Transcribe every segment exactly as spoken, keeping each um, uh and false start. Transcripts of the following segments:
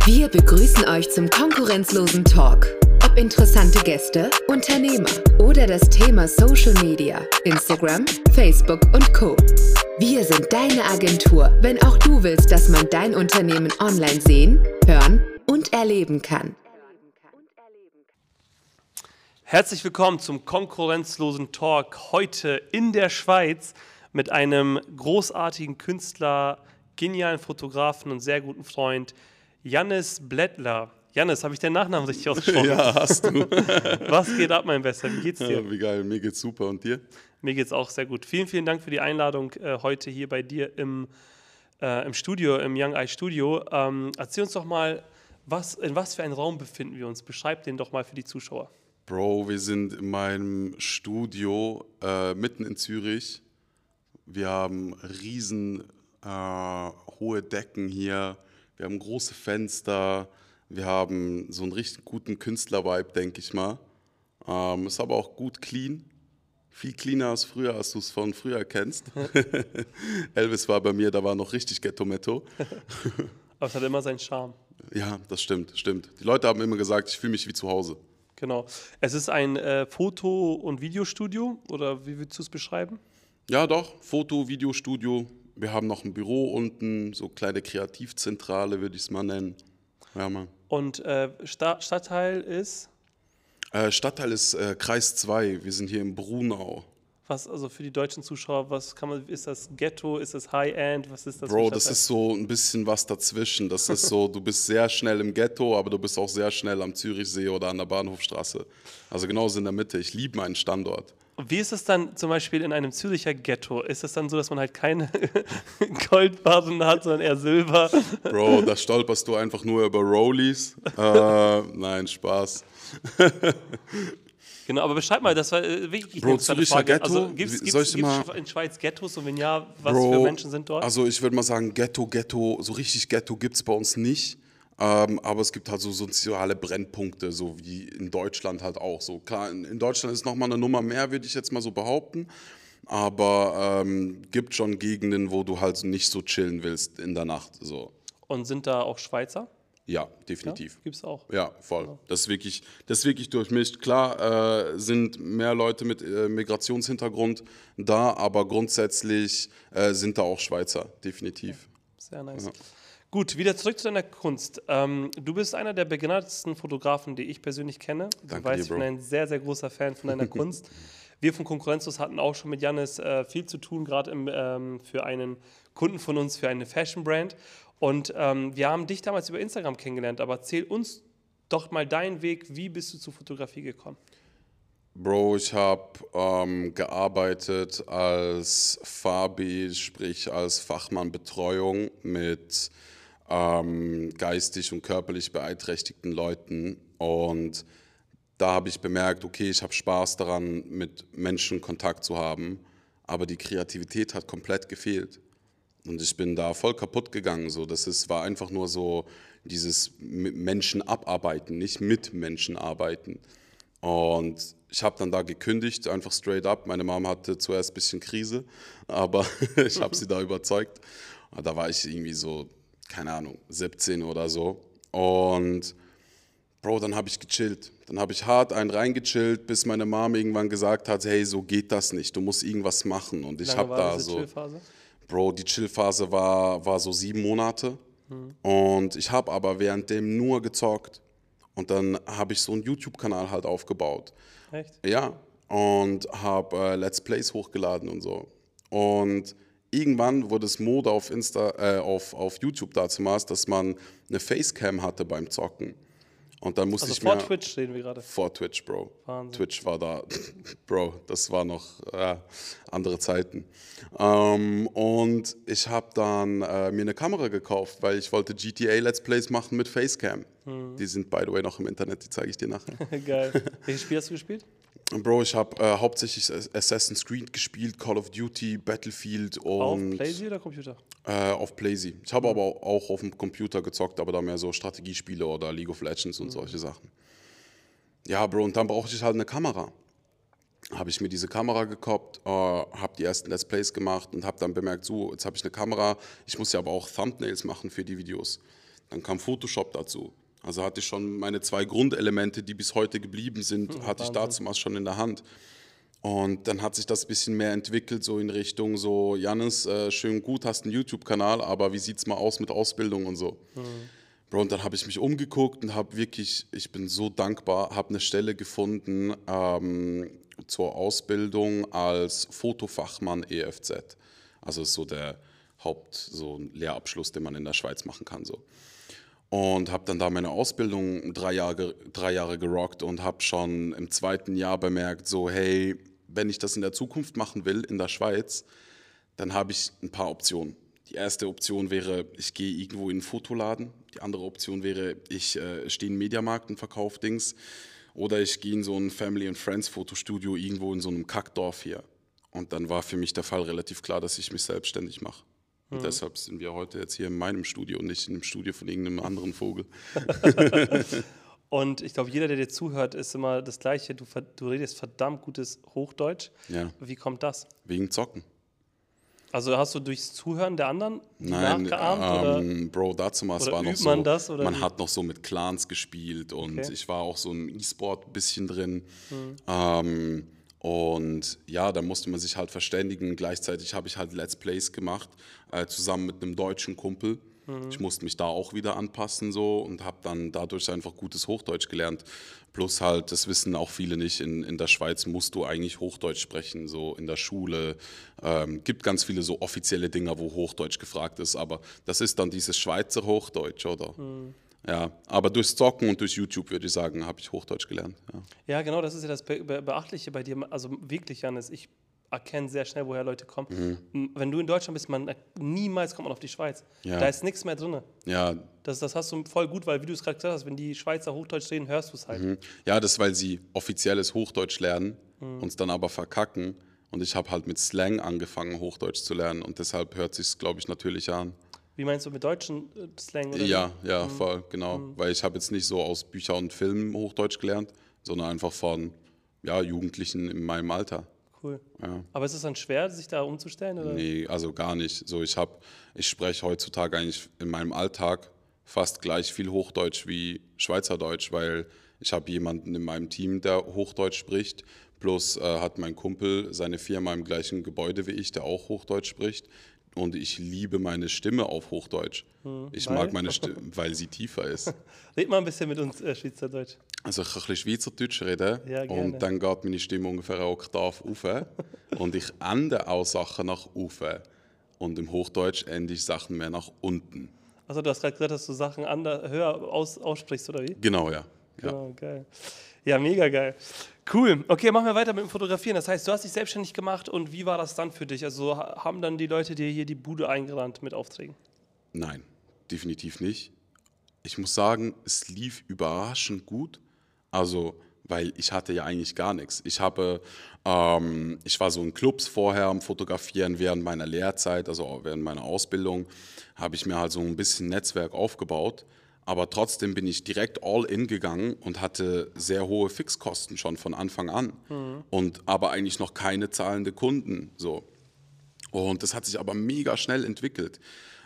Wir begrüßen euch zum konkurrenzlosen Talk. Ob interessante Gäste, Unternehmer oder das Thema Social Media, Instagram, Facebook und Co. Wir sind deine Agentur, wenn auch du willst, dass man dein Unternehmen online sehen, hören und erleben kann. Herzlich willkommen zum konkurrenzlosen Talk heute in der Schweiz mit einem großartigen Künstler, genialen Fotografen und sehr guten Freund, Jannis Blättler. Jannis, habe ich deinen Nachnamen richtig ausgesprochen? Ja, hast du. Was geht ab, mein Bester? Wie geht's dir? Ja, wie geil, mir geht's super. Und dir? Mir geht's auch sehr gut. Vielen, vielen Dank für die Einladung äh, heute hier bei dir im, äh, im Studio, im Young Eye Studio. Ähm, erzähl uns doch mal, was, in was für einem Raum befinden wir uns? Beschreib den doch mal für die Zuschauer. Bro, wir sind in meinem Studio äh, mitten in Zürich. Wir haben riesen äh, hohe Decken hier. Wir haben große Fenster. Wir haben so einen richtig guten Künstler-Vibe, denke ich mal. Ähm, ist aber auch gut clean. Viel cleaner als früher, als du es von früher kennst. Elvis war bei mir, da war noch richtig Ghetto-Metto. Aber es hat immer seinen Charme. Ja, das stimmt, stimmt. Die Leute haben immer gesagt, ich fühle mich wie zu Hause. Genau. Es ist ein äh, Foto- und Videostudio, oder wie würdest du es beschreiben? Ja, doch. Foto-, Videostudio. Wir haben noch ein Büro unten, so kleine Kreativzentrale, würde ich es mal nennen. Ja, Mann. Und äh, Sta- Stadtteil ist? Äh, Stadtteil ist äh, Kreis zwei. Wir sind hier in Brunau. Was, also für die deutschen Zuschauer, was kann man, ist das Ghetto, ist das High-End, was ist das? Bro, das ist so ein bisschen was dazwischen. Das ist so, du bist sehr schnell im Ghetto, aber du bist auch sehr schnell am Zürichsee oder an der Bahnhofstraße. Also genauso in der Mitte. Ich liebe meinen Standort. Wie ist es dann zum Beispiel in einem Züricher Ghetto? Ist es dann so, dass man halt keine Goldbarren hat, sondern eher Silber? Bro, da stolperst du einfach nur über Rollies. Äh, nein, Spaß. Genau, aber beschreib mal, das war äh, wirklich Bro, eine interessante Züricher Frage. Ghetto? Also gibt Soll ich es dir mal- in Schweiz Ghettos und wenn ja, was Bro, für Menschen sind dort? Also ich würde mal sagen, Ghetto, Ghetto, so richtig Ghetto gibt es bei uns nicht. Ähm, aber es gibt halt so soziale Brennpunkte, so wie in Deutschland halt auch. So klar, in, in Deutschland ist nochmal eine Nummer mehr, würde ich jetzt mal so behaupten. Aber ähm, gibt schon Gegenden, wo du halt nicht so chillen willst in der Nacht. So. Und sind da auch Schweizer? Ja, definitiv. Ja, gibt es auch. Ja, voll. Das ist wirklich, das ist wirklich durchmischt. Klar äh, sind mehr Leute mit äh, Migrationshintergrund da, aber grundsätzlich äh, sind da auch Schweizer, definitiv. Sehr nice. Ja. Gut, wieder zurück zu deiner Kunst. Ähm, du bist einer der begnadetsten Fotografen, die ich persönlich kenne. Du Danke weißt, dir, ich bin Bro. ein sehr, sehr großer Fan von deiner Kunst. Wir von Konkurrenzlos hatten auch schon mit Jannis äh, viel zu tun, gerade ähm, für einen Kunden von uns, für eine Fashion-Brand. Und ähm, wir haben dich damals über Instagram kennengelernt, aber erzähl uns doch mal deinen Weg, wie bist du zur Fotografie gekommen? Bro, ich habe ähm, gearbeitet als Fabi, sprich als Fachmann Betreuung mit ähm, geistig und körperlich beeinträchtigten Leuten. Und da habe ich bemerkt, okay, ich habe Spaß daran, mit Menschen Kontakt zu haben, aber die Kreativität hat komplett gefehlt. Und ich bin da voll kaputt gegangen. So. Das ist, war einfach nur so dieses mit Menschen abarbeiten, nicht mit Menschen arbeiten. Und ich habe dann da gekündigt, einfach straight up. Meine Mom hatte zuerst ein bisschen Krise, aber ich habe sie da überzeugt. Und da war ich irgendwie so, keine Ahnung, siebzehn oder so. Und Bro, dann habe ich gechillt. Dann habe ich hart einen reingechillt, bis meine Mom irgendwann gesagt hat, hey, so geht das nicht, du musst irgendwas machen. Und ich habe da diese so... Chillphase? Bro, die Chillphase war, war so sieben Monate mhm. und ich habe aber währenddem nur gezockt und dann habe ich so einen YouTube-Kanal halt aufgebaut. Echt? Ja, und habe äh, Let's Plays hochgeladen und so. Und irgendwann wurde es Mode auf, Insta, äh, auf, auf YouTube damals, dass man eine Facecam hatte beim Zocken. Und dann musste Also ich vor mir, Twitch stehen wir gerade. Vor Twitch, Bro. Wahnsinn. Twitch war da. Bro, das war noch äh, andere Zeiten. Ähm, und ich habe dann äh, mir eine Kamera gekauft, weil ich wollte G T A Let's Plays machen mit Facecam. Hm. Die sind, by the way, noch im Internet, die zeige ich dir nachher. Geil. Welches Spiel hast du gespielt? Bro, ich habe äh, hauptsächlich Assassin's Creed gespielt, Call of Duty, Battlefield und... Auf Playsee oder Computer? Äh, auf Playsee. Ich habe mhm. aber auch auf dem Computer gezockt, aber da mehr so Strategiespiele oder League of Legends und mhm. solche Sachen. Ja, Bro, und dann brauchte ich halt eine Kamera. Habe ich mir diese Kamera gekauft, äh, habe die ersten Let's Plays gemacht und habe dann bemerkt, so, jetzt habe ich eine Kamera, ich muss ja aber auch Thumbnails machen für die Videos. Dann kam Photoshop dazu. Also hatte ich schon meine zwei Grundelemente, die bis heute geblieben sind, Mhm, hatte ich Wahnsinn. damals schon in der Hand. Und dann hat sich das ein bisschen mehr entwickelt, so in Richtung so, Jannis, äh, schön gut, hast einen YouTube-Kanal, aber wie sieht's mal aus mit Ausbildung und so. Mhm. Bro, und dann habe ich mich umgeguckt und habe wirklich, ich bin so dankbar, habe eine Stelle gefunden ähm, zur Ausbildung als Fotofachmann E F Z. Also ist so der Haupt, so ein Lehrabschluss, den man in der Schweiz machen kann. So. Und habe dann da meine Ausbildung drei Jahre, drei Jahre gerockt und habe schon im zweiten Jahr bemerkt, so hey, wenn ich das in der Zukunft machen will, in der Schweiz, dann habe ich ein paar Optionen. Die erste Option wäre, ich gehe irgendwo in einen Fotoladen. Die andere Option wäre, ich äh, stehe im Mediamarkt und verkaufe Dings. Oder ich gehe in so ein Family and Friends Fotostudio irgendwo in so einem Kackdorf hier. Und dann war für mich der Fall relativ klar, dass ich mich selbstständig mache. Und mhm. deshalb sind wir heute jetzt hier in meinem Studio und nicht in dem Studio von irgendeinem anderen Vogel. Und ich glaube, jeder, der dir zuhört, ist immer das Gleiche. Du, du redest verdammt gutes Hochdeutsch. Ja. Wie kommt das? Wegen Zocken. Also hast du durchs Zuhören der anderen die Nein, nachgeahmt? ähm, oder? Bro, damals oder war noch übt so, man das, oder man wie? hat noch so mit Clans gespielt und Okay. ich war auch so im E-Sport ein bisschen drin. Mhm. Ähm, und ja, da musste man sich halt verständigen. Gleichzeitig habe ich halt Let's Plays gemacht, äh, zusammen mit einem deutschen Kumpel. Mhm. Ich musste mich da auch wieder anpassen so und habe dann dadurch einfach gutes Hochdeutsch gelernt. Plus halt, das wissen auch viele nicht, in, in der Schweiz musst du eigentlich Hochdeutsch sprechen, so in der Schule. Ähm, gibt ganz viele so offizielle Dinger, wo Hochdeutsch gefragt ist, aber das ist dann dieses Schweizer Hochdeutsch, oder? Mhm. Ja, aber durchs Zocken und durch YouTube, würde ich sagen, habe ich Hochdeutsch gelernt. Ja. Ja, genau, das ist ja das Be Be Beachtliche bei dir. Also wirklich, Jannis, ich erkenne sehr schnell, woher Leute kommen. Mhm. Wenn du in Deutschland bist, man, niemals kommt man auf die Schweiz. Ja. Da ist nichts mehr drin. Ja. Das, das hast du voll gut, weil, wie du es gerade gesagt hast, wenn die Schweizer Hochdeutsch reden, hörst du es halt. Mhm. Ja, das ist, weil sie offizielles Hochdeutsch lernen, Mhm. uns dann aber verkacken. Und ich habe halt mit Slang angefangen, Hochdeutsch zu lernen. Und deshalb hört sich es, glaube ich, natürlich an. Wie meinst du mit deutschen äh, Slang? Oder Ja, wie? ja, Mhm. voll, genau. Mhm. Weil ich habe jetzt nicht so aus Büchern und Filmen Hochdeutsch gelernt, sondern einfach von ja, Jugendlichen in meinem Alter. Cool. Ja. Aber ist es dann schwer, sich da umzustellen? Oder? Nee, also gar nicht. So, ich hab, ich spreche heutzutage eigentlich in meinem Alltag fast gleich viel Hochdeutsch wie Schweizerdeutsch, weil ich habe jemanden in meinem Team, der Hochdeutsch spricht, plus äh, hat mein Kumpel seine Firma im gleichen Gebäude wie ich, der auch Hochdeutsch spricht. Und ich liebe meine Stimme auf Hochdeutsch. Hm, ich weil? mag meine Stimme, weil sie tiefer ist. Red mal ein bisschen mit uns äh, Schweizerdeutsch. Also ich kann ein bisschen Schweizerdeutsch reden Ja, und dann geht meine Stimme ungefähr eine Oktave rauf und ich ende auch Sachen nach rauf und im Hochdeutsch ende ich Sachen mehr nach unten. Also du hast gerade gesagt, dass du Sachen ander, höher aus, aussprichst, oder wie? Genau, ja. Genau, ja. geil. Ja, mega geil. Cool. Okay, machen wir weiter mit dem Fotografieren. Das heißt, du hast dich selbstständig gemacht und wie war das dann für dich? Also haben dann die Leute dir hier die Bude eingerannt mit Aufträgen? Nein, definitiv nicht. Ich muss sagen, es lief überraschend gut. Also, weil ich hatte ja eigentlich gar nichts. Ich habe, ähm, ich war so in Clubs vorher am Fotografieren während meiner Lehrzeit, also während meiner Ausbildung, habe ich mir halt so ein bisschen Netzwerk aufgebaut. Aber trotzdem bin ich direkt all in gegangen und hatte sehr hohe Fixkosten schon von Anfang an. Mhm. Und aber eigentlich noch keine zahlende Kunden. So. Und das hat sich aber mega schnell entwickelt.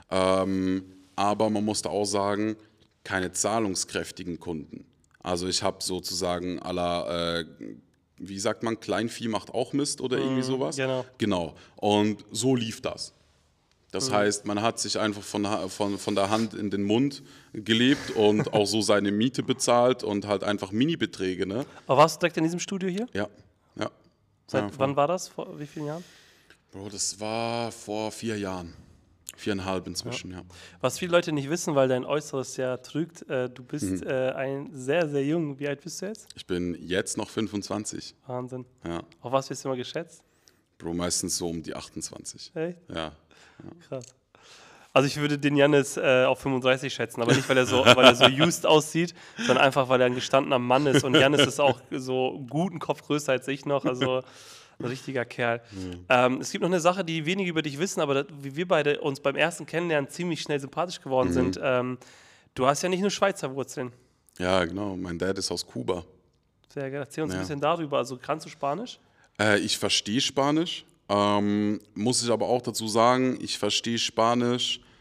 Ähm, aber man musste auch sagen, keine zahlungskräftigen Kunden. Also ich habe sozusagen à la, äh, wie sagt man, Kleinvieh macht auch Mist oder irgendwie sowas. Genau. Genau. Und so lief das. Das mhm. heißt, man hat sich einfach von, von, von der Hand in den Mund gelebt und auch so seine Miete bezahlt und halt einfach Mini-Beträge. Ne? Aber warst du direkt in diesem Studio hier? Ja. ja. Seit ja, wann war das? Vor wie vielen Jahren? Bro, das war vor vier Jahren. Viereinhalb inzwischen, ja. ja. Was viele Leute nicht wissen, weil dein Äußeres ja trügt, äh, du bist mhm. äh, ein sehr, sehr jung. Wie alt bist du jetzt? Ich bin jetzt noch fünfundzwanzig. Wahnsinn. Ja. Auf was wirst du immer geschätzt? Bro, meistens so um die achtundzwanzig. Echt? Ja. ja. Krass. Also ich würde den Jannis äh, auf fünfunddreißig schätzen, aber nicht, weil er so, weil er so used aussieht, sondern einfach, weil er ein gestandener Mann ist. Und Jannis ist auch so einen guten Kopf größer als ich noch, also ein richtiger Kerl. Mhm. Ähm, es gibt noch eine Sache, die wenige über dich wissen, aber das, wie wir beide uns beim ersten Kennenlernen ziemlich schnell sympathisch geworden mhm. sind. Ähm, du hast ja nicht nur Schweizer Wurzeln. Ja, genau. Mein Dad ist aus Kuba. Sehr geil. Erzähl uns ja. ein bisschen darüber. Also kannst du Spanisch? Äh, ich verstehe Spanisch. Ähm, muss ich aber auch dazu sagen, ich verstehe Spanisch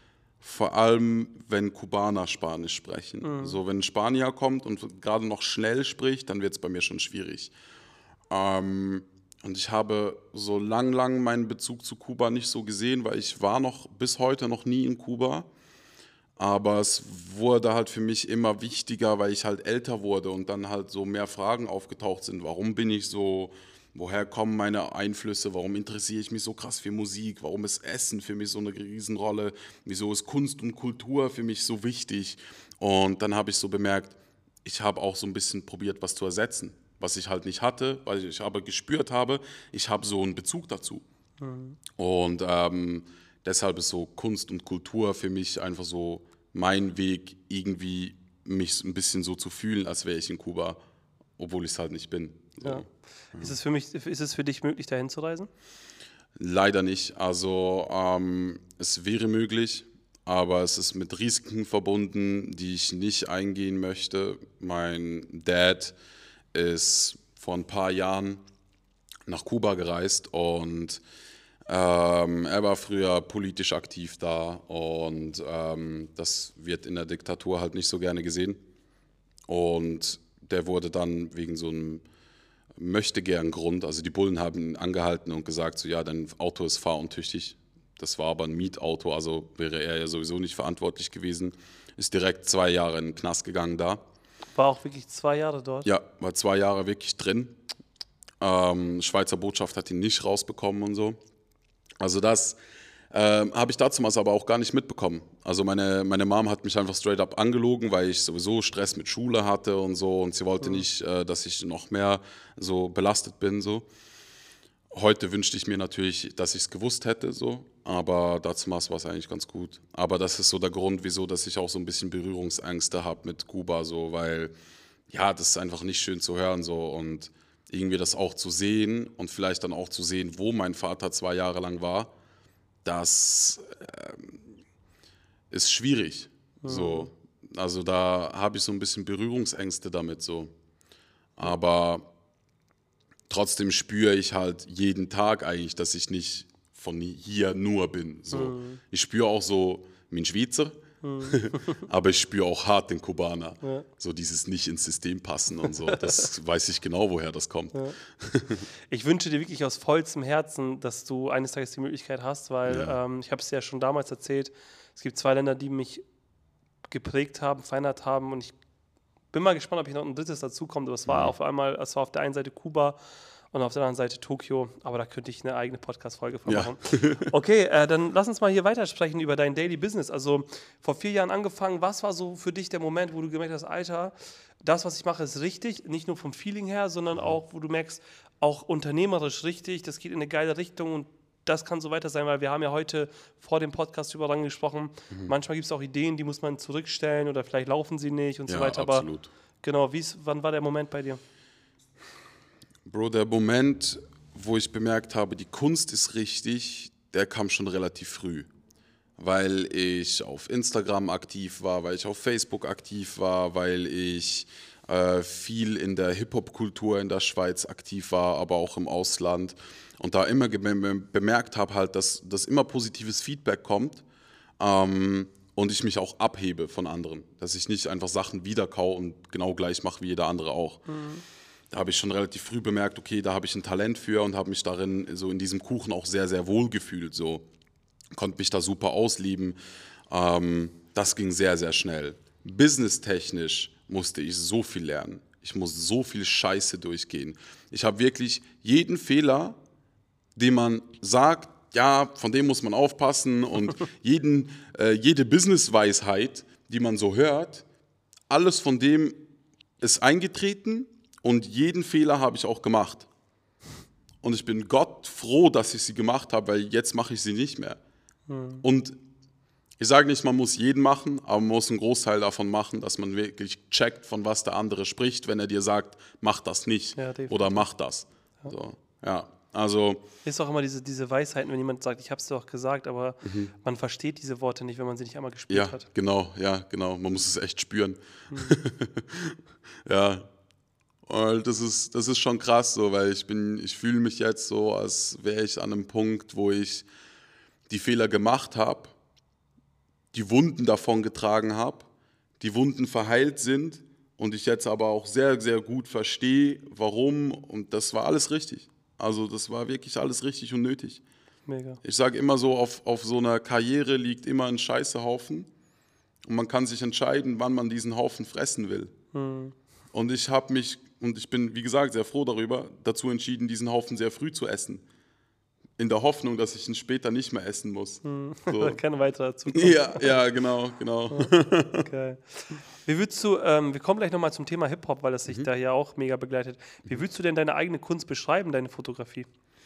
vor allem, wenn Kubaner Spanisch sprechen. Mhm. So, wenn ein Spanier kommt und gerade noch schnell spricht, dann wird es bei mir schon schwierig. Ähm, und ich habe so lang, lang meinen Bezug zu Kuba nicht so gesehen, weil ich war noch bis heute noch nie in Kuba. Aber es wurde halt für mich immer wichtiger, weil ich halt älter wurde und dann halt so mehr Fragen aufgetaucht sind. Warum bin ich so, woher kommen meine Einflüsse, warum interessiere ich mich so krass für Musik, warum ist Essen für mich so eine Riesenrolle, wieso ist Kunst und Kultur für mich so wichtig. Und dann habe ich so bemerkt, ich habe auch so ein bisschen probiert, was zu ersetzen, was ich halt nicht hatte, weil ich aber gespürt habe, ich habe so einen Bezug dazu. Mhm. Und ähm, deshalb ist so Kunst und Kultur für mich einfach so mein Weg, irgendwie mich ein bisschen so zu fühlen, als wäre ich in Kuba, obwohl ich es halt nicht bin. So. Ja. Ist es für mich, ist es für dich möglich, dahin zu reisen? Leider nicht. Also ähm, es wäre möglich, aber es ist mit Risiken verbunden, die ich nicht eingehen möchte. Mein Dad ist vor ein paar Jahren nach Kuba gereist und ähm, er war früher politisch aktiv da und ähm, das wird in der Diktatur halt nicht so gerne gesehen. Und der wurde dann wegen so einem Möchtegern-Grund, also die Bullen haben ihn angehalten und gesagt, so ja, dein Auto ist fahruntüchtig. Das war aber ein Mietauto, also wäre er ja sowieso nicht verantwortlich gewesen. Ist direkt zwei Jahre in den Knast gegangen da. War auch wirklich zwei Jahre dort? Ja, war zwei Jahre wirklich drin. Ähm, Schweizer Botschaft hat ihn nicht rausbekommen und so. Also das ähm, habe ich damals aber auch gar nicht mitbekommen. Also meine, meine Mom hat mich einfach straight up angelogen, weil ich sowieso Stress mit Schule hatte und so und sie wollte mhm. nicht, äh, dass ich noch mehr so belastet bin. So. Heute wünschte ich mir natürlich, dass ich es gewusst hätte, so, aber damals war es eigentlich ganz gut. Aber das ist so der Grund, wieso, dass ich auch so ein bisschen Berührungsängste habe mit Kuba, so, weil ja, das ist einfach nicht schön zu hören so und irgendwie das auch zu sehen und vielleicht dann auch zu sehen, wo mein Vater zwei Jahre lang war, das ähm, ist schwierig. Mhm. So. Also da habe ich so ein bisschen Berührungsängste damit. So. Aber trotzdem spüre ich halt jeden Tag eigentlich, dass ich nicht von hier nur bin. So. Mhm. Ich spüre auch so wie ein Schweizer, mhm. aber ich spüre auch hart den Kubaner. Ja. So dieses nicht ins System passen und so. Das weiß ich genau, woher das kommt. Ja. Ich wünsche dir wirklich aus vollstem Herzen, dass du eines Tages die Möglichkeit hast, weil ja. ähm, ich habe es ja schon damals erzählt, es gibt zwei Länder, die mich geprägt haben, verändert haben und ich bin mal gespannt, ob hier noch ein drittes dazukommt, aber es war mhm. auf einmal, es war auf der einen Seite Kuba und auf der anderen Seite Tokio, aber da könnte ich eine eigene Podcast-Folge von machen. Ja. Okay, äh, dann lass uns mal hier weitersprechen über dein Daily Business. Also vor vier Jahren angefangen, was war so für dich der Moment, wo du gemerkt hast, Alter, das, was ich mache, ist richtig, nicht nur vom Feeling her, sondern auch, wo du merkst, auch unternehmerisch richtig, das geht in eine geile Richtung und das kann so weiter sein, weil wir haben ja heute vor dem Podcast über Rang gesprochen. Mhm. Manchmal gibt es auch Ideen, die muss man zurückstellen oder vielleicht laufen sie nicht und ja, so weiter. Absolut. Aber genau, wie's, wann war der Moment bei dir? Bro, der Moment, wo ich bemerkt habe, die Kunst ist richtig, der kam schon relativ früh. Weil ich auf Instagram aktiv war, weil ich auf Facebook aktiv war, weil ich äh, viel in der Hip-Hop-Kultur in der Schweiz aktiv war, aber auch im Ausland. Und da immer bemerkt habe, halt, dass, dass immer positives Feedback kommt ähm, und ich mich auch abhebe von anderen. Dass ich nicht einfach Sachen wiederkau und genau gleich mache wie jeder andere auch. Mhm. Da habe ich schon relativ früh bemerkt, okay, da habe ich ein Talent für und habe mich darin, so in diesem Kuchen auch sehr, sehr wohl gefühlt. So. Konnte mich da super ausleben. Ähm, das ging sehr, sehr schnell. Businesstechnisch musste ich so viel lernen. Ich musste so viel Scheiße durchgehen. Ich habe wirklich jeden Fehler, den man sagt, ja, von dem muss man aufpassen und jeden, äh, jede Business-Weisheit, die man so hört, alles von dem ist eingetreten und jeden Fehler habe ich auch gemacht. Und ich bin Gott froh, dass ich sie gemacht habe, weil jetzt mache ich sie nicht mehr. Hm. Und ich sage nicht, man muss jeden machen, aber man muss einen Großteil davon machen, dass man wirklich checkt, von was der andere spricht, wenn er dir sagt, mach das nicht ja, oder mach das. Ja. So, ja. Also ist auch immer diese, diese Weisheiten, wenn jemand sagt, ich habe es dir auch gesagt, aber mhm. man versteht diese Worte nicht, wenn man sie nicht einmal gespürt ja, hat. Ja, genau, ja, genau. Man muss es echt spüren. Mhm. Ja, und das ist, das ist schon krass so, weil ich bin, ich fühle mich jetzt so, als wäre ich an einem Punkt, wo ich die Fehler gemacht habe, die Wunden davon getragen habe, die Wunden verheilt sind und ich jetzt aber auch sehr, sehr gut verstehe, warum, und das war alles richtig. Also das war wirklich alles richtig und nötig. Mega. Ich sage immer so, auf, auf so einer Karriere liegt immer ein Scheißehaufen und man kann sich entscheiden, wann man diesen Haufen fressen will. Hm. Und ich habe mich, und ich bin, wie gesagt, sehr froh darüber, dazu entschieden, diesen Haufen sehr früh zu essen. In der Hoffnung, dass ich ihn später nicht mehr essen muss. Hm. So. Kein weiterer Zukunft. Ja, ja, genau, genau. Geil. Wie würdest du, ähm, wir kommen gleich nochmal zum Thema Hip-Hop, weil das sich mhm. da ja auch mega begleitet. Wie würdest du denn deine eigene Kunst beschreiben, deine Fotografie?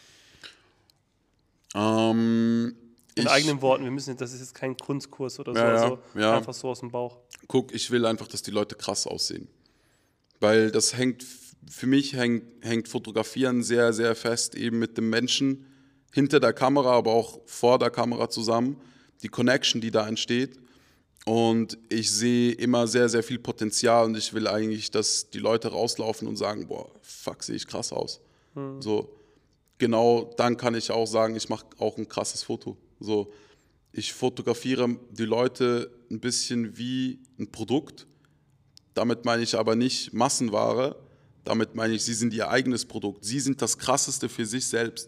Ähm, In ich, eigenen Worten, wir müssen, das ist jetzt kein Kunstkurs oder so, ja, also ja. einfach so aus dem Bauch. Guck, ich will einfach, dass die Leute krass aussehen. Weil das hängt, für mich hängt, hängt Fotografieren sehr, sehr fest eben mit dem Menschen hinter der Kamera, aber auch vor der Kamera zusammen. Die Connection, die da entsteht. Und ich sehe immer sehr, sehr viel Potenzial und ich will eigentlich, dass die Leute rauslaufen und sagen, boah, fuck, sehe ich krass aus. Hm. So, genau dann kann ich auch sagen, ich mache auch ein krasses Foto. So, ich fotografiere die Leute ein bisschen wie ein Produkt. Damit meine ich aber nicht Massenware. Damit meine ich, sie sind ihr eigenes Produkt. Sie sind das Krasseste für sich selbst.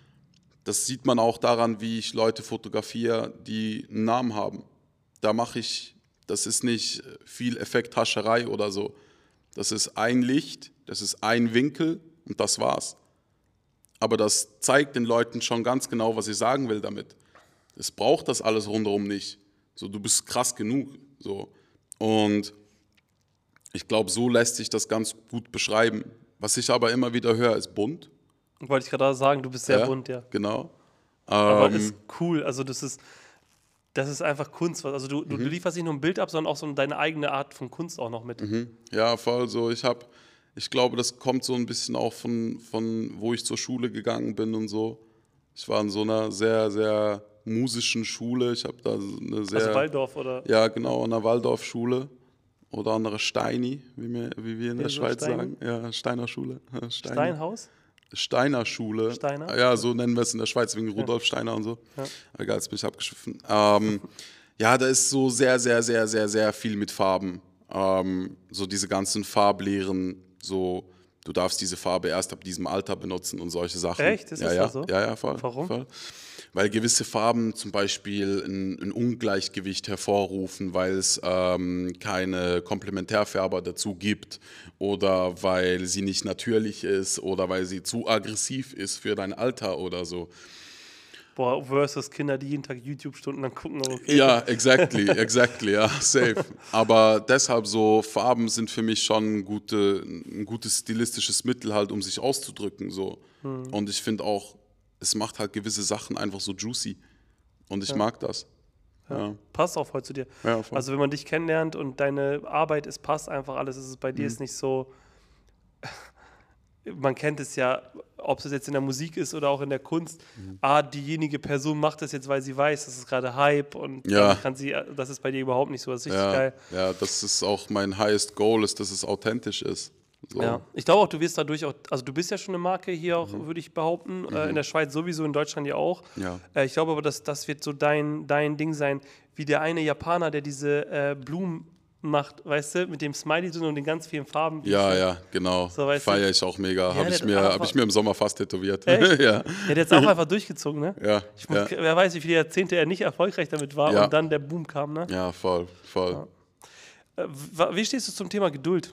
Das sieht man auch daran, wie ich Leute fotografiere, die einen Namen haben. Da mache ich, das ist nicht viel Effekthascherei oder so. Das ist ein Licht, das ist ein Winkel und das war's. Aber das zeigt den Leuten schon ganz genau, was ich sagen will damit. Es braucht das alles rundherum nicht. So, du bist krass genug. So. Und ich glaube, so lässt sich das ganz gut beschreiben. Was ich aber immer wieder höre, ist bunt. Wollte ich gerade sagen, du bist sehr ja, bunt, ja. Genau. Aber ähm, ist cool, also das ist, das ist einfach Kunst. Also du, du, mhm. du lieferst nicht nur ein Bild ab, sondern auch so deine eigene Art von Kunst auch noch mit. Mhm. Ja, voll so. Ich habe, ich glaube, das kommt so ein bisschen auch von, von, wo ich zur Schule gegangen bin und so. Ich war in so einer sehr, sehr musischen Schule. Ich habe da eine sehr... Also Waldorf, oder? Ja, genau, an der Waldorfschule. Oder andere Steini, wie wir, wie wir in ja, der so Schweiz Steini? sagen. Ja, Steiner Schule. Steini. Steinhaus? Steiner Schule. Steiner? Ja, so nennen wir es in der Schweiz, wegen Rudolf ja. Steiner und so. Ja. Egal, jetzt bin ich abgeschwiffen. Ähm, ja, da ist so sehr, sehr, sehr, sehr, sehr viel mit Farben. Ähm, so diese ganzen Farblehren, so, du darfst diese Farbe erst ab diesem Alter benutzen und solche Sachen. Echt? Ist ja, das ja, so? Ja, ja, voll. Warum? Voll. Weil gewisse Farben zum Beispiel ein, ein Ungleichgewicht hervorrufen, weil es ähm, keine Komplementärfärber dazu gibt oder weil sie nicht natürlich ist oder weil sie zu aggressiv ist für dein Alter oder so. Boah, versus Kinder, die jeden Tag YouTube-Stunden dann gucken. Okay. Ja, exactly, exactly, ja, safe. Aber deshalb so, Farben sind für mich schon ein, gute, ein gutes stilistisches Mittel halt, um sich auszudrücken. So. Hm. Und ich finde auch, es macht halt gewisse Sachen einfach so juicy. Und ich ja. mag das. Ja. Ja. Passt auch voll zu dir. Ja, also wenn man dich kennenlernt und deine Arbeit, es passt einfach alles. Es ist bei dir mhm. ist nicht so, man kennt es ja, ob es jetzt in der Musik ist oder auch in der Kunst, mhm. ah, diejenige Person macht das jetzt, weil sie weiß, das ist gerade Hype und ja. dann kann sie, das ist bei dir überhaupt nicht so, das ist richtig ja. geil. Ja, das ist auch mein highest goal, ist, dass es authentisch ist. So. Ja, ich glaube auch, du wirst dadurch auch, also du bist ja schon eine Marke hier auch, mhm. würde ich behaupten, mhm. äh, in der Schweiz sowieso, in Deutschland ja auch. Ja. Äh, ich glaube aber, dass das wird so dein, dein Ding sein, wie der eine Japaner, der diese äh, Blumen macht, weißt du, mit dem Smiley drin und den ganz vielen Farben. Ja, ja, genau. So, feiere ich auch mega. Ja, habe ich, hab ich mir im Sommer fast tätowiert. Echt? ja. Der hat jetzt auch einfach durchgezogen, ne? Ja. Ich muss, ja. Wer weiß, wie viele Jahrzehnte er nicht erfolgreich damit war ja. und dann der Boom kam, ne? Ja, voll, voll. Ja. Äh, wie stehst du zum Thema Geduld?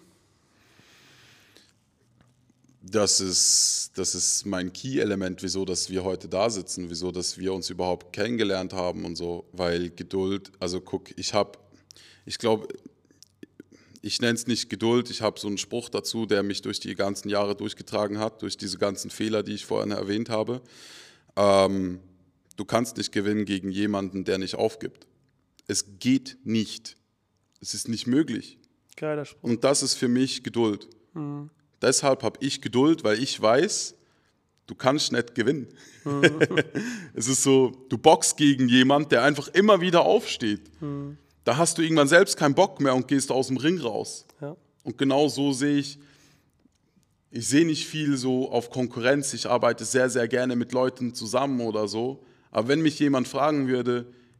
Das ist, das ist mein Key-Element, wieso dass wir heute da sitzen, wieso dass wir uns überhaupt kennengelernt haben und so, weil Geduld, also guck, ich habe, ich glaube, ich nenne es nicht Geduld, ich habe so einen Spruch dazu, der mich durch die ganzen Jahre durchgetragen hat, durch diese ganzen Fehler, die ich vorhin erwähnt habe. Ähm, du kannst nicht gewinnen gegen jemanden, der nicht aufgibt. Es geht nicht. Es ist nicht möglich. Geiler Spruch. Und das ist für mich Geduld. Mhm. Deshalb habe ich Geduld, weil ich weiß, du kannst nicht gewinnen. Mhm. Es ist so, du boxst gegen jemanden, der einfach immer wieder aufsteht. Mhm. Da hast du irgendwann selbst keinen Bock mehr und gehst aus dem Ring raus. Ja. Und genau so sehe ich, ich sehe nicht viel so auf Konkurrenz. Ich arbeite sehr, sehr gerne mit Leuten zusammen oder so. Aber wenn mich jemand fragen würde,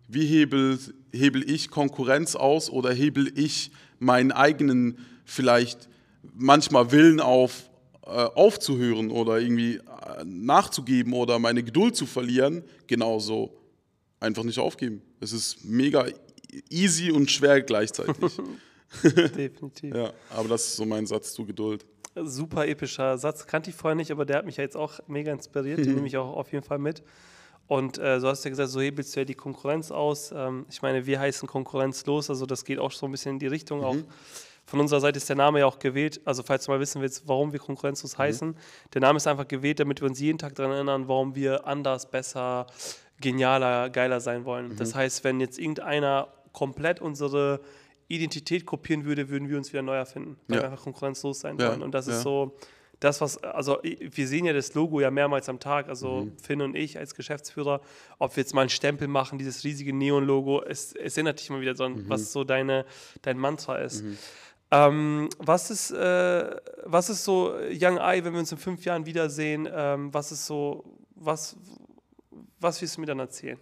wie hebel, hebel ich Konkurrenz aus oder hebel ich meinen eigenen vielleicht manchmal Willen auf, äh, aufzuhören oder irgendwie äh, nachzugeben oder meine Geduld zu verlieren, genauso einfach nicht aufgeben. Es ist mega easy und schwer gleichzeitig. Definitiv. Ja, aber das ist so mein Satz zu Geduld. Super epischer Satz, kannte ich vorher nicht, aber der hat mich ja jetzt auch mega inspiriert, den nehme ich auch auf jeden Fall mit. Und äh, so hast du ja gesagt, so hebelst du ja die Konkurrenz aus. Ähm, ich meine, wir heißen konkurrenzlos, also das geht auch so ein bisschen in die Richtung. Mhm. Auch von unserer Seite ist der Name ja auch gewählt, also falls du mal wissen willst, warum wir konkurrenzlos mhm. heißen. Der Name ist einfach gewählt, damit wir uns jeden Tag daran erinnern, warum wir anders, besser, genialer, geiler sein wollen. Mhm. Das heißt, wenn jetzt irgendeiner komplett unsere Identität kopieren würde, würden wir uns wieder neu erfinden, weil ja. wir einfach konkurrenzlos sein ja. wollen. Und das ja. ist so das, was, also wir sehen ja das Logo ja mehrmals am Tag, also mhm. Finn und ich als Geschäftsführer, ob wir jetzt mal einen Stempel machen, dieses riesige Neon-Logo, es, es erinnert dich immer wieder so, mhm. was so deine, dein Mantra ist. Mhm. Ähm, was ist, äh, was ist so Young I, wenn wir uns in fünf Jahren wiedersehen, ähm, was ist so, was, was willst du mir dann erzählen?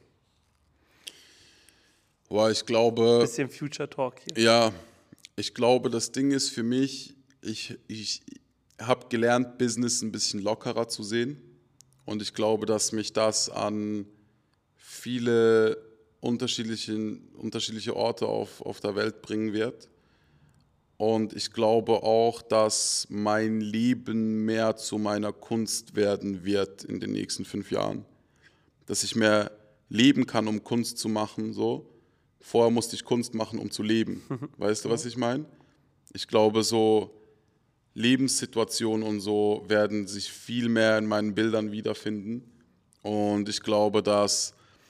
Boah, ich glaube... Bisschen Future Talk hier. Ja, ich glaube, das Ding ist für mich, ich, ich habe gelernt, Business ein bisschen lockerer zu sehen. Und ich glaube, dass mich das an viele unterschiedliche, unterschiedliche Orte auf, auf der Welt bringen wird. Und ich glaube auch, dass mein Leben mehr zu meiner Kunst werden wird in den nächsten fünf Jahren. Dass ich mehr leben kann, um Kunst zu machen, so. Vorher musste ich Kunst machen, um zu leben. Weißt du, was ich meine? Ich glaube, so Lebenssituationen und so werden sich viel mehr in meinen Bildern wiederfinden. Und ich glaube, dass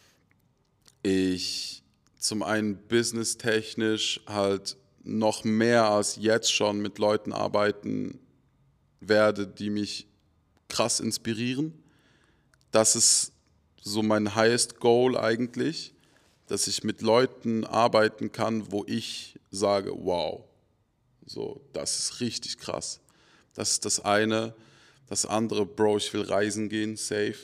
ich zum einen businesstechnisch halt noch mehr als jetzt schon mit Leuten arbeiten werde, die mich krass inspirieren. Das ist so mein highest goal eigentlich, dass ich mit Leuten arbeiten kann, wo ich sage, wow, so, das ist richtig krass. Das ist das eine. Das andere, Bro, ich will reisen gehen, safe.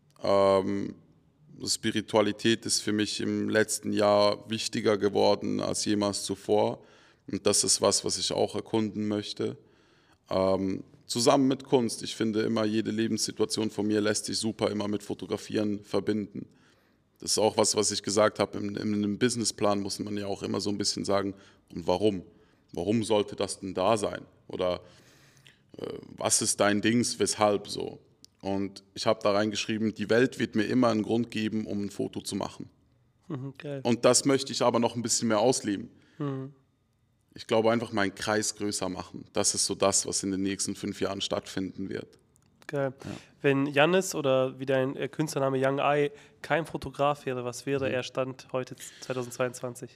Ähm, Spiritualität ist für mich im letzten Jahr wichtiger geworden als jemals zuvor. Und das ist was, was ich auch erkunden möchte. Ähm, zusammen mit Kunst. Ich finde immer, jede Lebenssituation von mir lässt sich super immer mit Fotografieren verbinden. Das ist auch was, was ich gesagt habe, in, in einem Businessplan muss man ja auch immer so ein bisschen sagen, und warum? Warum sollte das denn da sein? Oder äh, was ist dein Dings, weshalb so? Und ich habe da reingeschrieben, die Welt wird mir immer einen Grund geben, um ein Foto zu machen. Mhm, geil. Und das möchte ich aber noch ein bisschen mehr ausleben. Mhm. Ich glaube, einfach meinen Kreis größer machen. Das ist so das, was in den nächsten fünf Jahren stattfinden wird. Geil. Ja. Wenn Yannis oder wie dein äh, Künstlername Young I kein Fotograf wäre, was wäre mhm. er Stand heute zweitausendzweiundzwanzig?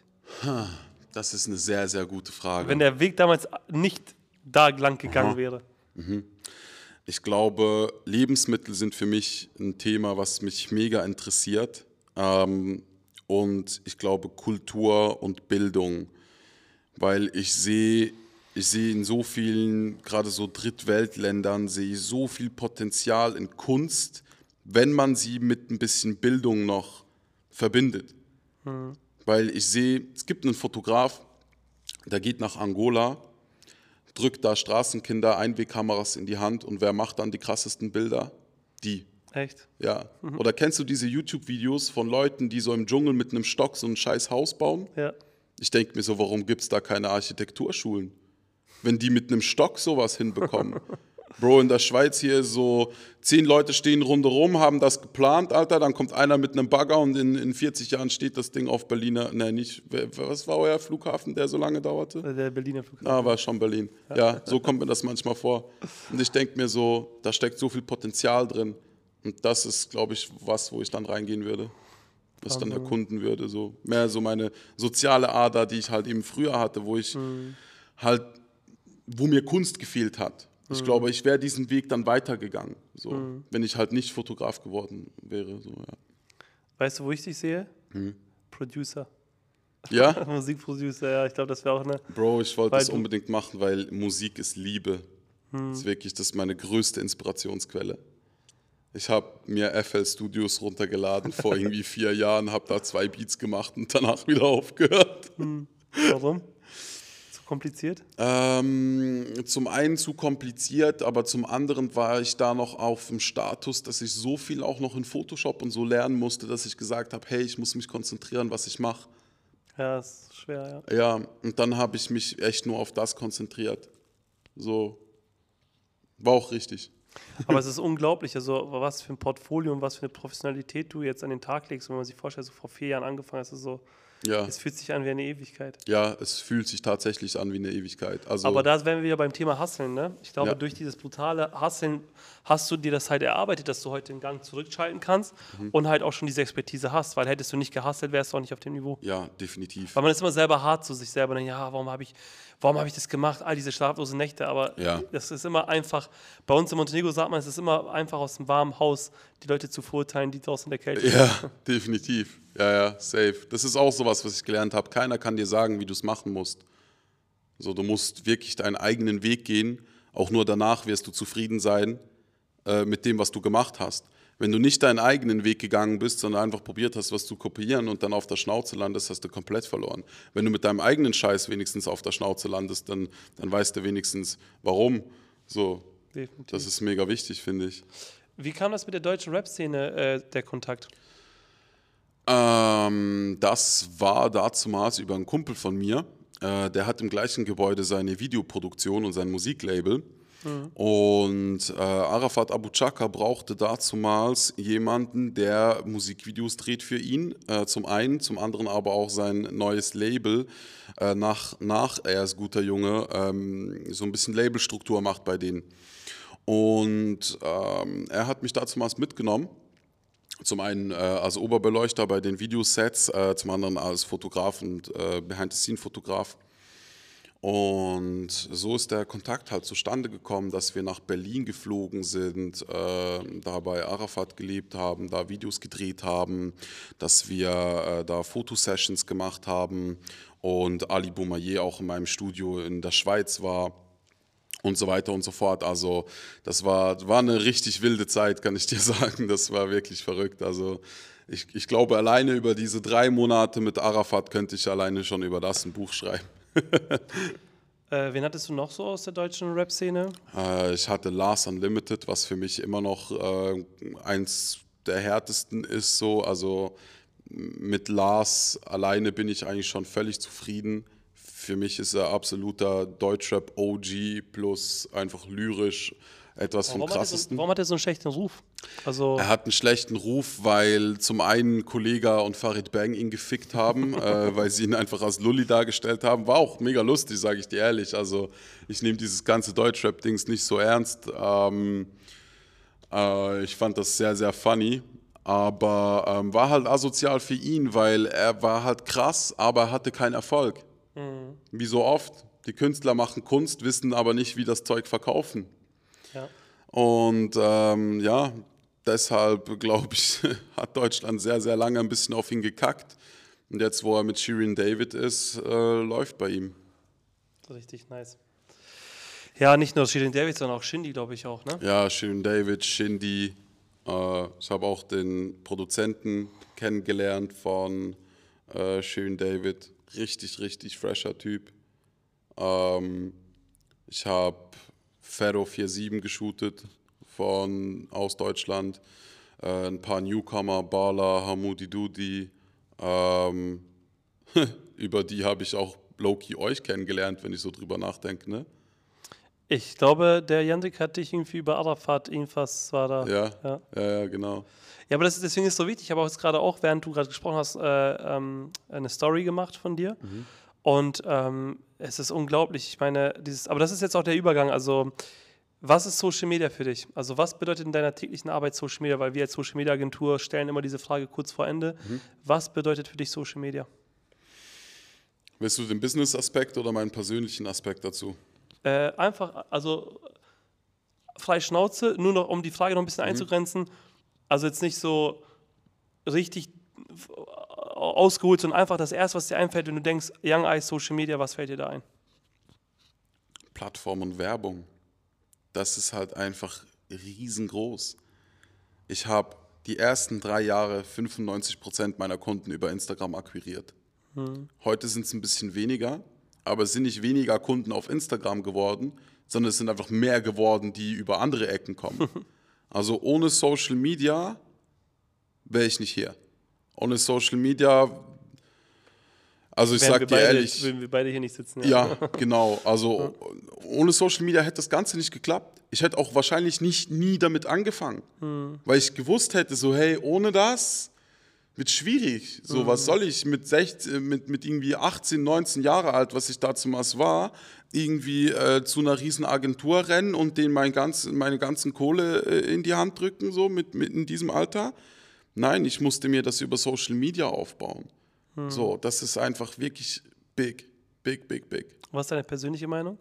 Das ist eine sehr, sehr gute Frage. Wenn der Weg damals nicht da lang gegangen Aha. wäre. Mhm. Ich glaube, Lebensmittel sind für mich ein Thema, was mich mega interessiert. Ähm, und ich glaube, Kultur und Bildung. Weil ich sehe, ich sehe in so vielen, gerade so Drittweltländern, sehe ich so viel Potenzial in Kunst, wenn man sie mit ein bisschen Bildung noch verbindet. Mhm. Weil ich sehe, es gibt einen Fotograf, der geht nach Angola, drückt da Straßenkinder Einwegkameras in die Hand und wer macht dann die krassesten Bilder? Die. Echt? Ja. Mhm. Oder kennst du diese YouTube-Videos von Leuten, die so im Dschungel mit einem Stock so ein scheiß Haus bauen? Ja. Ich denke mir so, warum gibt es da keine Architekturschulen? Wenn die mit einem Stock sowas hinbekommen. Bro, in der Schweiz hier so, zehn Leute stehen rundherum, haben das geplant, Alter, dann kommt einer mit einem Bagger und in, in vierzig Jahren steht das Ding auf Berliner, ne, nicht, was war euer Flughafen, der so lange dauerte? Der Berliner Flughafen. Ah, war schon Berlin. Ja, so kommt mir das manchmal vor. Und ich denke mir so, da steckt so viel Potenzial drin. Und das ist, glaube ich, was, wo ich dann reingehen würde. Was ich dann erkunden würde. So. Mehr so meine soziale Ader, die ich halt eben früher hatte, wo ich mhm. halt, wo mir Kunst gefehlt hat. Ich mhm. glaube, ich wäre diesen Weg dann weitergegangen, so, mhm. wenn ich halt nicht Fotograf geworden wäre. So, ja. Weißt du, wo ich dich sehe? Mhm. Producer. Ja? Musikproducer, ja, ich glaube, das wäre auch eine... Bro, ich wollte das unbedingt machen, weil Musik ist Liebe. Mhm. Das ist wirklich, das ist meine größte Inspirationsquelle. Ich habe mir F L Studios runtergeladen vor irgendwie vier Jahren, habe da zwei Beats gemacht und danach wieder aufgehört. Hm. Warum? Zu kompliziert? Ähm, zum einen zu kompliziert, aber zum anderen war ich da noch auf dem Status, dass ich so viel auch noch in Photoshop und so lernen musste, dass ich gesagt habe, hey, ich muss mich konzentrieren, was ich mache. Ja, ist schwer, ja. Ja, und dann habe ich mich echt nur auf das konzentriert. So, war auch richtig. Aber es ist unglaublich, also was für ein Portfolio und was für eine Professionalität du jetzt an den Tag legst, wenn man sich vorstellt, so vor vier Jahren angefangen hast, ist so, Ja. es fühlt sich an wie eine Ewigkeit. Ja, es fühlt sich tatsächlich an wie eine Ewigkeit. Also, Aber da wären wir wieder beim Thema Hustlen, ne? Ich glaube, Ja. durch dieses brutale Hustlen hast du dir das halt erarbeitet, dass du heute den Gang zurückschalten kannst Mhm. und halt auch schon diese Expertise hast, weil hättest du nicht gehustelt, wärst du auch nicht auf dem Niveau. ja, definitiv. Weil man ist immer selber hart zu sich selber, dann, ja, warum habe ich, warum habe ich das gemacht, all diese schlaflosen Nächte, aber Ja. das ist immer einfach, bei uns in Montenegro sagt man, es ist immer einfach aus dem warmen Haus die Leute zu verurteilen, die draußen in der Kälte sind. Ja, definitiv. Ja, ja, safe. Das ist auch sowas, was ich gelernt habe. Keiner kann dir sagen, wie du es machen musst. So, du musst wirklich deinen eigenen Weg gehen. Auch nur danach wirst du zufrieden sein äh, mit dem, was du gemacht hast. Wenn du nicht deinen eigenen Weg gegangen bist, sondern einfach probiert hast, was zu kopieren und dann auf der Schnauze landest, hast du komplett verloren. Wenn du mit deinem eigenen Scheiß wenigstens auf der Schnauze landest, dann, dann weißt du wenigstens, warum. So, Definitiv. das ist mega wichtig, finde ich. Wie kam das mit der deutschen Rap-Szene, äh, der Kontakt? Ähm, das war dazumals über einen Kumpel von mir. Äh, der hat im gleichen Gebäude seine Videoproduktion und sein Musiklabel. Mhm. Und äh, Arafat Abu Chaka brauchte dazumals jemanden, der Musikvideos dreht für ihn. Äh, zum einen, zum anderen aber auch sein neues Label äh, nach, nach Er ist guter Junge ähm, so ein bisschen Labelstruktur macht bei denen. Und ähm, er hat mich dazumals mitgenommen. Zum einen äh, als Oberbeleuchter bei den Videosets, äh, zum anderen als Fotograf und äh, Behind-the-Scene-Fotograf. Und so ist der Kontakt halt zustande gekommen, dass wir nach Berlin geflogen sind, äh, da bei Arafat gelebt haben, da Videos gedreht haben, dass wir äh, da Fotosessions gemacht haben und Ali Boumaier auch in meinem Studio in der Schweiz war. Und so weiter und so fort. Also das war, war eine richtig wilde Zeit, kann ich dir sagen. Das war wirklich verrückt. Also ich, ich glaube, alleine über diese drei Monate mit Arafat könnte ich alleine schon über das ein Buch schreiben. Äh, wen hattest du noch so aus der deutschen Rap-Szene? Äh, ich hatte Lars Unlimited, was für mich immer noch äh, eins der härtesten ist. So. Also mit Lars alleine bin ich eigentlich schon völlig zufrieden. Für mich ist er absoluter Deutschrap-O G plus einfach lyrisch etwas vom Warum hat, er so, Krassesten. warum hat er so einen schlechten Ruf? Also, Er hat einen schlechten Ruf, weil zum einen Kollega und Farid Bang ihn gefickt haben, äh, weil sie ihn einfach als Lulli dargestellt haben. War auch mega lustig, sage ich dir ehrlich. Also ich nehme dieses ganze Deutschrap-Dings nicht so ernst. Ähm, äh, ich fand das sehr, sehr funny. Aber ähm, war halt asozial für ihn, weil er war halt krass, aber er hatte keinen Erfolg. Mhm. Wie so oft. Die Künstler machen Kunst, wissen aber nicht, wie das Zeug verkaufen. ja. Und ähm, ja, deshalb, glaube ich, hat Deutschland sehr, sehr lange ein bisschen auf ihn gekackt. Und jetzt, wo er mit Shirin David ist, äh, läuft bei ihm. Richtig nice. Ja, nicht nur Shirin David, sondern auch Shindy, glaube ich auch, ne? Ja, Shirin David, Shindy. Äh, ich habe auch den Produzenten kennengelernt von äh, Shirin David. Richtig, richtig fresher Typ. Ähm, ich habe Ferro siebenundvierzig geshootet von, aus Deutschland. Äh, ein paar Newcomer, Bala, Hamoudi Dudi. Ähm, über die habe ich auch low-key euch kennengelernt, wenn ich so drüber nachdenke. Ne? Ich glaube, der Jandrik hat dich irgendwie über Arafat, irgendwas war da. Ja, ja, ja, ja, genau. Ja, aber das ist, deswegen ist es so wichtig. Ich habe auch jetzt gerade auch, während du gerade gesprochen hast, äh, ähm, eine Story gemacht von dir. Mhm. Und ähm, es ist unglaublich. Ich meine, dieses, aber das ist jetzt auch der Übergang. Also, was ist Social Media für dich? Also, was bedeutet in deiner täglichen Arbeit Social Media? Weil wir als Social Media Agentur stellen immer diese Frage kurz vor Ende. Mhm. Was bedeutet für dich Social Media? Willst du den Business-Aspekt oder meinen persönlichen Aspekt dazu? Äh, einfach, also frei Schnauze, nur noch, um die Frage noch ein bisschen Mhm. einzugrenzen. Also jetzt nicht so richtig ausgeholt, sondern einfach das Erste, was dir einfällt, wenn du denkst, Young Eyes, Social Media, was fällt dir da ein? Plattform und Werbung. Das ist halt einfach riesengroß. Ich habe die ersten drei Jahre fünfundneunzig Prozent meiner Kunden über Instagram akquiriert. Hm. Heute sind es ein bisschen weniger, aber es sind nicht weniger Kunden auf Instagram geworden, sondern es sind einfach mehr geworden, die über andere Ecken kommen. Also ohne Social Media wäre ich nicht hier. Ohne Social Media, also ich Wären sag wir dir beide, ehrlich, würden wir beide hier nicht sitzen. ja, ja genau. Also ohne Social Media hätte das Ganze nicht geklappt. Ich hätte auch wahrscheinlich nicht nie damit angefangen, hm. weil ich gewusst hätte, so hey, ohne das wird schwierig. So, hm. was soll ich mit, sechzehn, mit, mit irgendwie achtzehn, neunzehn Jahre alt, was ich damals war, irgendwie äh, zu einer riesen Agentur rennen und denen mein ganz, meine ganzen Kohle äh, in die Hand drücken, so mit, mit in diesem Alter. Nein, ich musste mir das über Social Media aufbauen. Hm. So, das ist einfach wirklich big, big, big, big. Was ist deine persönliche Meinung?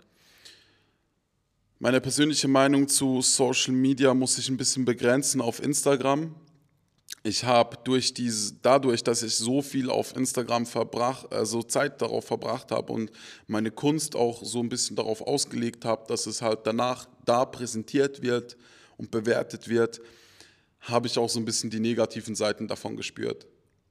Meine persönliche Meinung zu Social Media muss ich ein bisschen begrenzen auf Instagram. Ich habe durch diese, dadurch, dass ich so viel auf Instagram verbracht, also Zeit darauf verbracht habe und meine Kunst auch so ein bisschen darauf ausgelegt habe, dass es halt danach da präsentiert wird und bewertet wird, habe ich auch so ein bisschen die negativen Seiten davon gespürt.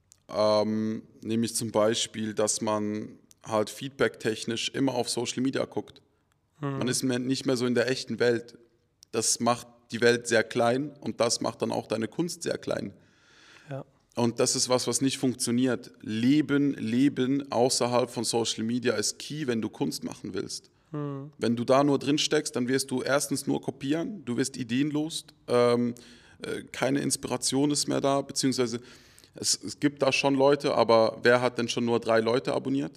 Ähm, nämlich zum Beispiel, dass man halt feedbacktechnisch immer auf Social Media guckt. Mhm. Man ist mehr, nicht mehr so in der echten Welt. Das macht die Welt sehr klein und das macht dann auch deine Kunst sehr klein. Ja. Und das ist was, was nicht funktioniert. Leben, Leben außerhalb von Social Media ist key, wenn du Kunst machen willst. Mhm. Wenn du da nur drin steckst, dann wirst du erstens nur kopieren, du wirst ideenlos, ähm, äh, keine Inspiration ist mehr da, beziehungsweise es, es gibt da schon Leute, aber wer hat denn schon nur drei Leute abonniert?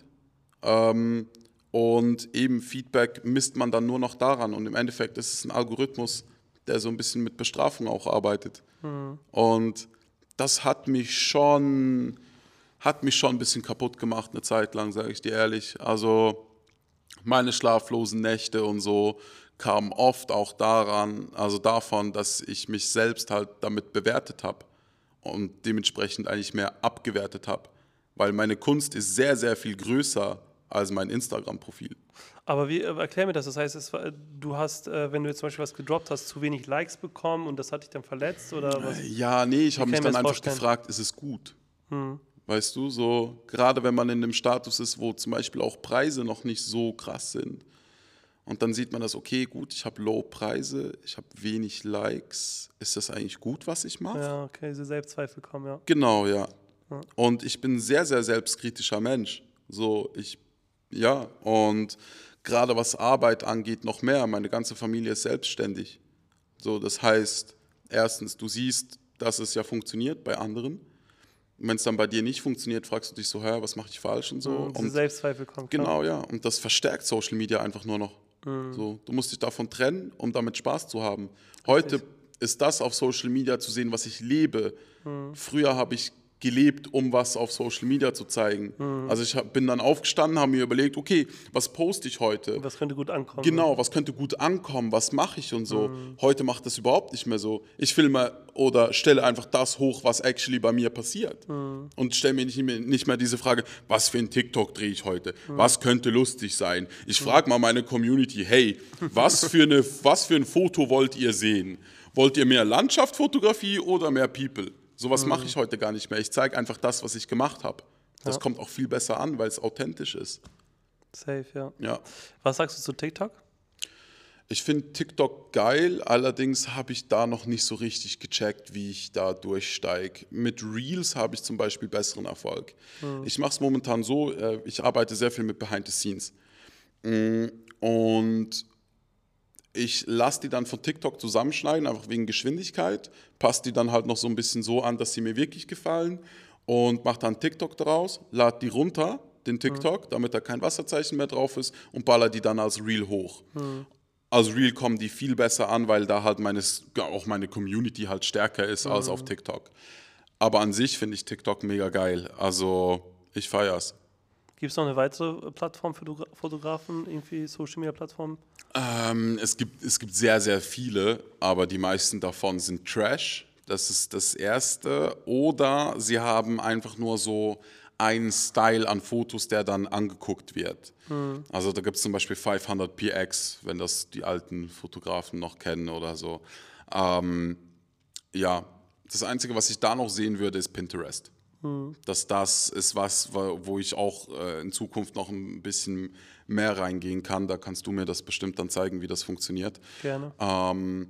Ähm, und eben Feedback misst man dann nur noch daran und im Endeffekt ist es ein Algorithmus, der so ein bisschen mit Bestrafung auch arbeitet. Mhm. Und das hat mich schon, hat mich schon ein bisschen kaputt gemacht, eine Zeit lang, sage ich dir ehrlich. Also meine schlaflosen Nächte und so kamen oft auch daran, also davon, dass ich mich selbst halt damit bewertet habe und dementsprechend eigentlich mehr abgewertet habe. Weil meine Kunst ist sehr, sehr viel größer als mein Instagram-Profil. Aber wie, erklär mir das, das heißt, es war, du hast, äh, wenn du jetzt zum Beispiel was gedroppt hast, zu wenig Likes bekommen und das hat dich dann verletzt oder was? Ja, nee, ich habe mich dann einfach vorstellen? gefragt, ist es gut? Hm. Weißt du, so gerade wenn man in einem Status ist, wo zum Beispiel auch Preise noch nicht so krass sind und dann sieht man das, okay, gut, ich habe Low-Preise, ich habe wenig Likes, ist das eigentlich gut, was ich mache? Ja, okay, diese Selbstzweifel kommen, ja. Genau, ja. ja. Und ich bin ein sehr, sehr selbstkritischer Mensch. So, ich, ja, und gerade was Arbeit angeht, noch mehr. Meine ganze Familie ist selbstständig. So, das heißt, erstens, du siehst, dass es ja funktioniert bei anderen. Wenn es dann bei dir nicht funktioniert, fragst du dich so, hä, was mache ich falsch und so. Mhm, diese und Selbstzweifel kommt. Genau, ja. Und das verstärkt Social Media einfach nur noch. Mhm. So, du musst dich davon trennen, um damit Spaß zu haben. Heute Richtig. ist das auf Social Media zu sehen, was ich lebe. Mhm. Früher habe ich gelebt, um was auf Social Media zu zeigen. Mhm. Also ich hab, bin dann aufgestanden, habe mir überlegt, okay, was poste ich heute? Was könnte gut ankommen? Genau, was könnte gut ankommen, was mache ich und so. Mhm. Heute macht das überhaupt nicht mehr so. Ich filme oder stelle einfach das hoch, was actually bei mir passiert. Mhm. Und stelle mir nicht mehr, nicht mehr diese Frage, was für ein TikTok drehe ich heute? Mhm. Was könnte lustig sein? Ich frage mal meine Community, hey, was für, eine, was für ein Foto wollt ihr sehen? Wollt ihr mehr Landschaftsfotografie oder mehr People? Sowas mhm. mache ich heute gar nicht mehr. Ich zeige einfach das, was ich gemacht habe. Das ja. kommt auch viel besser an, weil es authentisch ist. Safe, ja. ja. Was sagst du zu TikTok? Ich finde TikTok geil, allerdings habe ich da noch nicht so richtig gecheckt, wie ich da durchsteige. Mit Reels habe ich zum Beispiel besseren Erfolg. Mhm. Ich mache es momentan so, ich arbeite sehr viel mit Behind the Scenes. Und ich lasse die dann von TikTok zusammenschneiden, einfach wegen Geschwindigkeit, passe die dann halt noch so ein bisschen so an, dass sie mir wirklich gefallen und mache dann TikTok daraus, lade die runter, den TikTok, mhm. damit da kein Wasserzeichen mehr drauf ist und baller die dann als Reel hoch. Mhm. Als Reel kommen die viel besser an, weil da halt meine, auch meine Community halt stärker ist mhm. als auf TikTok. Aber an sich finde ich TikTok mega geil, also ich feiere es. Gibt es noch eine weitere Plattform für Fotografen, irgendwie Social-Media-Plattformen? Ähm, es gibt, es gibt sehr, sehr viele, aber die meisten davon sind Trash. Das ist das Erste. Oder sie haben einfach nur so einen Style an Fotos, der dann angeguckt wird. Mhm. Also da gibt es zum Beispiel fünfhundert P X, wenn das die alten Fotografen noch kennen oder so. Ähm, ja, das Einzige, was ich da noch sehen würde, ist Pinterest. Mhm. Dass das ist was, wo ich auch äh, in Zukunft noch ein bisschen mehr reingehen kann. Da kannst du mir das bestimmt dann zeigen, wie das funktioniert. Gerne. Ähm,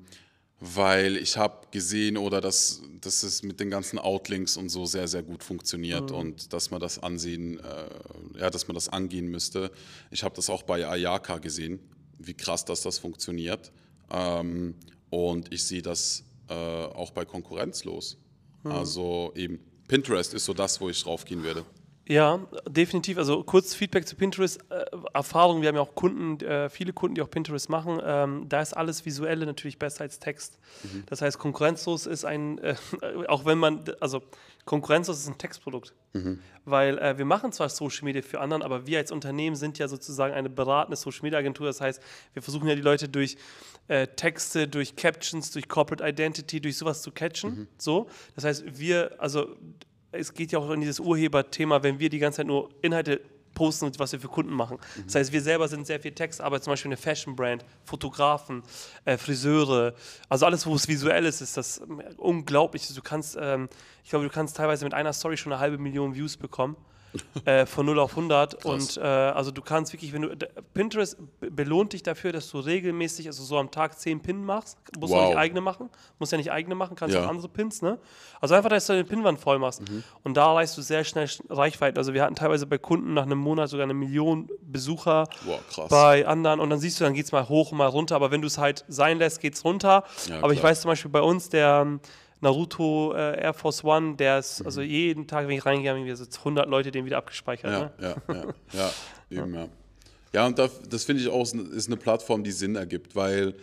weil ich habe gesehen, oder dass, dass es mit den ganzen Outlinks und so sehr, sehr gut funktioniert mhm. und dass man das ansehen, äh, ja, dass man das angehen müsste. Ich habe das auch bei Ayaka gesehen, wie krass dass das funktioniert. Ähm, und ich sehe das äh, auch bei Konkurrenzlos. Mhm. Also eben Pinterest ist so das, wo ich drauf gehen würde. Ja, definitiv. Also kurz Feedback zu Pinterest. Äh, Erfahrung, wir haben ja auch Kunden, äh, viele Kunden, die auch Pinterest machen. Ähm, da ist alles Visuelle natürlich besser als Text. Mhm. Das heißt, konkurrenzlos ist ein, äh, auch wenn man, also konkurrenzlos ist ein Textprodukt. Mhm. Weil äh, wir machen zwar Social Media für anderen, aber wir als Unternehmen sind ja sozusagen eine beratende Social Media Agentur. Das heißt, wir versuchen ja die Leute durch äh, Texte, durch Captions, durch Corporate Identity, durch sowas zu catchen. Mhm. So. Das heißt, wir, also es geht ja auch in dieses Urheberthema, wenn wir die ganze Zeit nur Inhalte posten, was wir für Kunden machen. Mhm. Das heißt, wir selber sind sehr viel Textarbeit, zum Beispiel eine Fashion-Brand, Fotografen, äh, Friseure, also alles, wo es visuell ist, ist das unglaublich. Du kannst, ähm, ich glaube, du kannst teilweise mit einer Story schon eine halbe Million Views bekommen. Äh, von null auf hundert. Krass. Und äh, also du kannst wirklich, wenn du, Pinterest belohnt dich dafür, dass du regelmäßig, also so am Tag zehn Pin machst, musst wow. du nicht eigene machen, musst ja nicht eigene machen, kannst ja auch andere Pins, ne? Also einfach, dass du deine Pinwand voll machst. Mhm. Und da leistest du sehr schnell Reichweite. Also wir hatten teilweise bei Kunden nach einem Monat sogar eine Million Besucher. Wow, krass. Bei anderen und dann siehst du, dann geht es mal hoch und mal runter, aber wenn du es halt sein lässt, geht es runter. Ja, aber klar. Ich weiß zum Beispiel bei uns, der Naruto äh, Air Force One, der ist, mhm. also jeden Tag, wenn ich reingehe, haben wir so hundert Leute den wieder abgespeichert. Ja, ne? ja, ja, ja, eben, ja. Ja, und das, das finde ich auch, ist eine Plattform, die Sinn ergibt, weil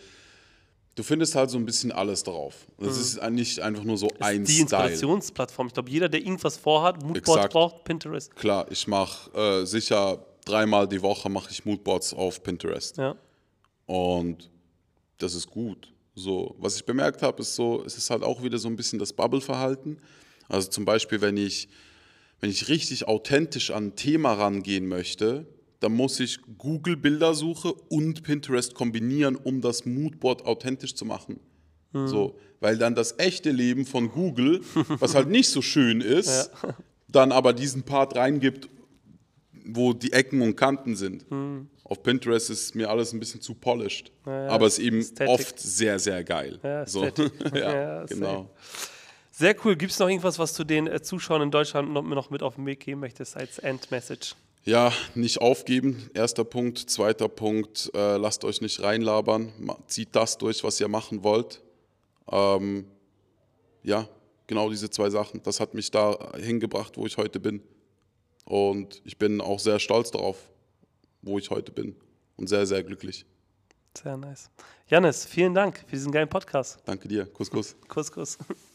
du findest halt so ein bisschen alles drauf. Das mhm. ist nicht einfach nur so das ein die Style. Inspirationsplattform. Ich glaube, jeder, der irgendwas vorhat, Moodboards braucht, Pinterest. Klar, ich mache äh, sicher dreimal die Woche mache ich Moodboards auf Pinterest. Ja. Und das ist gut. So, was ich bemerkt habe, ist so, es ist halt auch wieder so ein bisschen das Bubble-Verhalten. Also zum Beispiel, wenn ich, wenn ich richtig authentisch an ein Thema rangehen möchte, dann muss ich Google-Bildersuche und Pinterest kombinieren, um das Moodboard authentisch zu machen. Mhm. So, weil dann das echte Leben von Google, was halt nicht so schön ist, ja. dann aber diesen Part reingibt, wo die Ecken und Kanten sind. Mhm. Auf Pinterest ist mir alles ein bisschen zu polished, ja, ja, aber es ist eben Aesthetic. Oft sehr, sehr geil. Ja, so. ja, ja, genau. Sehr cool. Gibt es noch irgendwas, was du den äh, Zuschauern in Deutschland noch, noch mit auf den Weg geben möchtest als Endmessage? Ja, nicht aufgeben, erster Punkt. Zweiter Punkt, äh, lasst euch nicht reinlabern. Zieht das durch, was ihr machen wollt. Ähm, ja, genau diese zwei Sachen. Das hat mich da hingebracht, wo ich heute bin. Und ich bin auch sehr stolz darauf, wo ich heute bin. Und sehr, sehr glücklich. Sehr nice. Jannis, vielen Dank für diesen geilen Podcast. Danke dir. Kuss, Kuss. Kuss, Kuss.